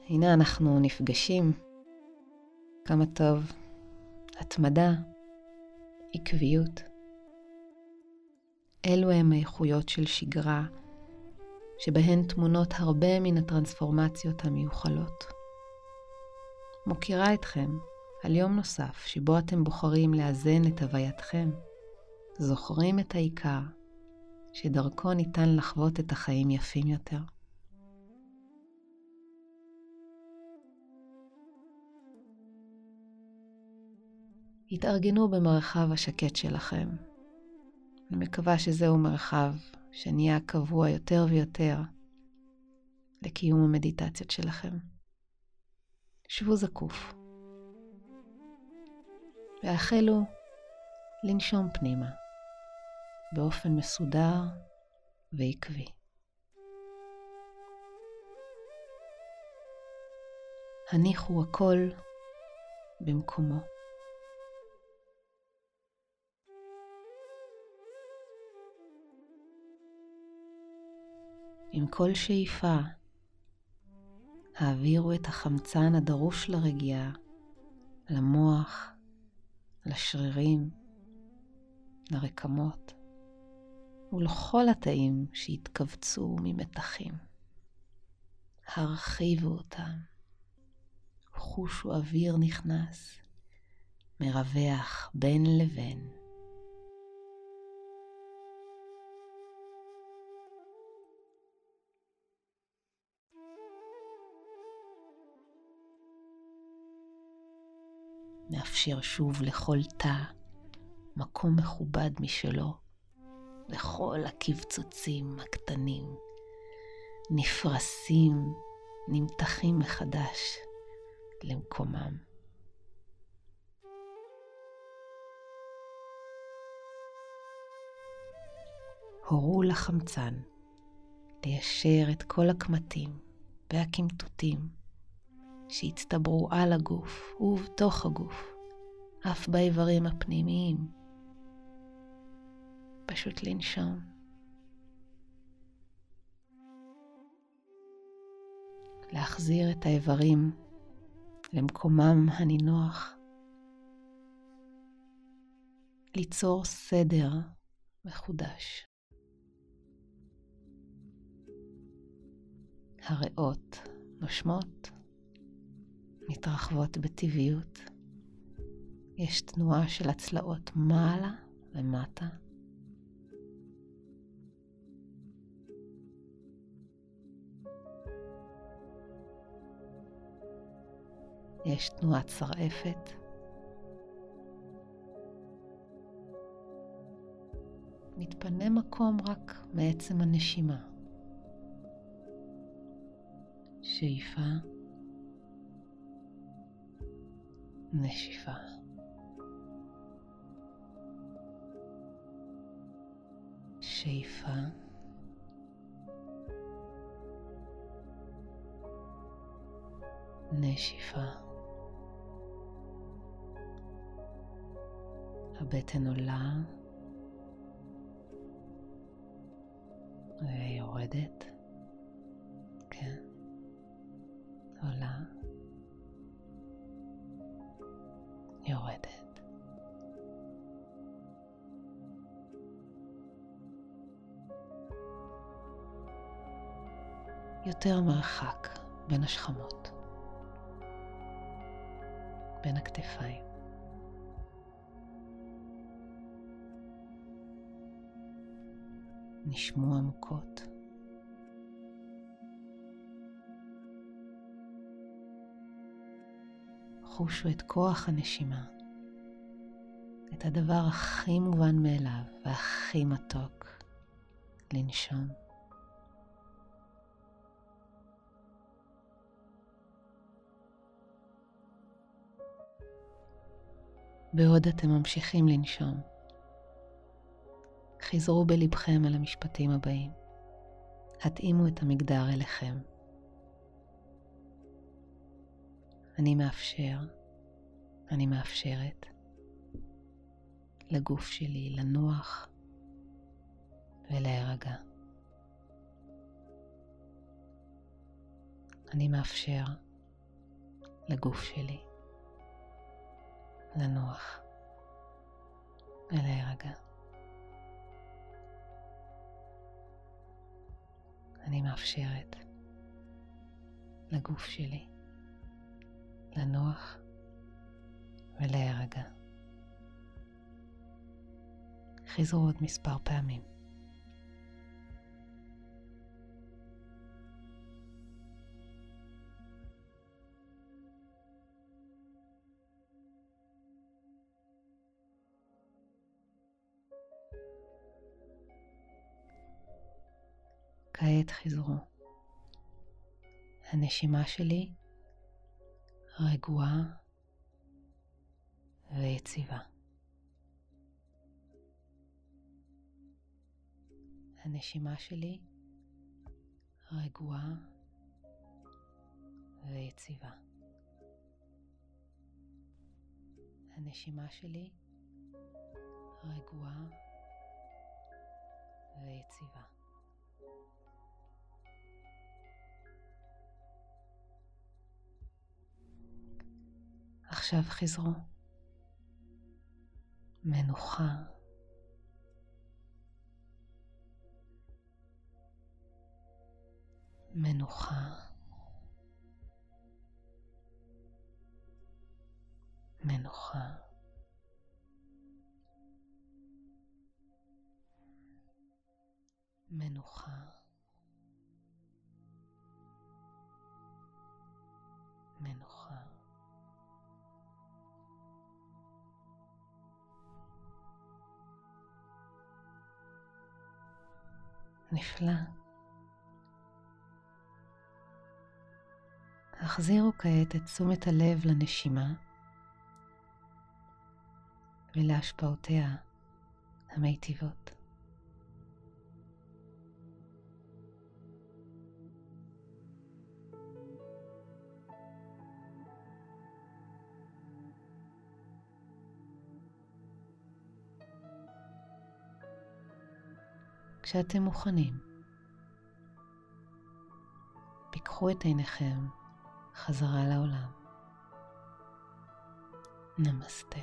הנה אנחנו נפגשים. כמה טוב. התמדה, עקביות. אלו הם האיכויות של שגרה, שבהן תמונות הרבה מן הטרנספורמציות המיוחלות. מוכירה אתכם על יום נוסף שבו אתם בוחרים לאזן את הווייתכם. זוכרים את העיקר, שדרכו ניתן לחוות את החיים יפים יותר. התארגנו במרחב השקט שלכם. אני מקווה שזהו מרחב שנהיה קבוע יותר ויותר לקיום המדיטציות שלכם. שבו זקוף והחלו לנשום פנימה באופן מסודר ועקבי. הניחו הכל במקומו. עם כל שאיפה, העבירו את החמצן הדרוש לרגיעה, למוח, לשרירים, לרקמות, ולכל התאים שהתכווצו ממתחים. הרחיבו אותם, חושו אוויר נכנס, מרווח בין לבין. מאפשר שוב לכל תא מקום מכובד משלו, וכל הקבצוצים הקטנים נפרסים, נמתחים מחדש למקומם. הורו לחמצן ליישר את כל הקמטים והקמטוטים שהצטברו על הגוף ובתוך הגוף, אף באיברים הפנימיים. פשוט לנשום. להחזיר את האיברים למקומם הנינוח. ליצור סדר מחודש. הריאות נושמות, מתרחבות בטבעיות. יש תנועה של הצלעות מעלה ומטה. יש תנועת שרעפת. מתפנה מקום רק מעצם הנשימה. שאיפה, נשיפה. שאיפה, נשיפה. הבטן עולה ויורדת. כן, עולה, יורדת. יותר מרחק בין השכמות, בין הכתפיים. נשמו עמוקות. חושו את כוח הנשימה, את הדבר הכי מובן מאליו והכי מתוק, לנשום. בעוד אתם ממשיכים לנשום, חזרו בלבכם על המשפטים הבאים. התאימו את המגדר אליכם. אני מאפשר, אני מאפשרת לגוף שלי לנוח ולהירגע. אני מאפשר לגוף שלי, לנוח ולהירגע. אני מאפשרת לגוף שלי לנוח ולהירגע. חזרו עוד מספר פעמים. כעת חזרו. הנשימה שלי רגועה ויציבה. הנשימה שלי רגועה ויציבה. הנשימה שלי רגועה ויציבה. עכשיו חזרו. מנוחה. מנוחה. מנוחה. מנוחה. מנוחה. נפלא. החזירו כעת את תשומת הלב לנשימה ולהשפעותיה המיטיבות. כשאתם מוכנים, פיקחו את עיניכם חזרה לעולם. נמסטה.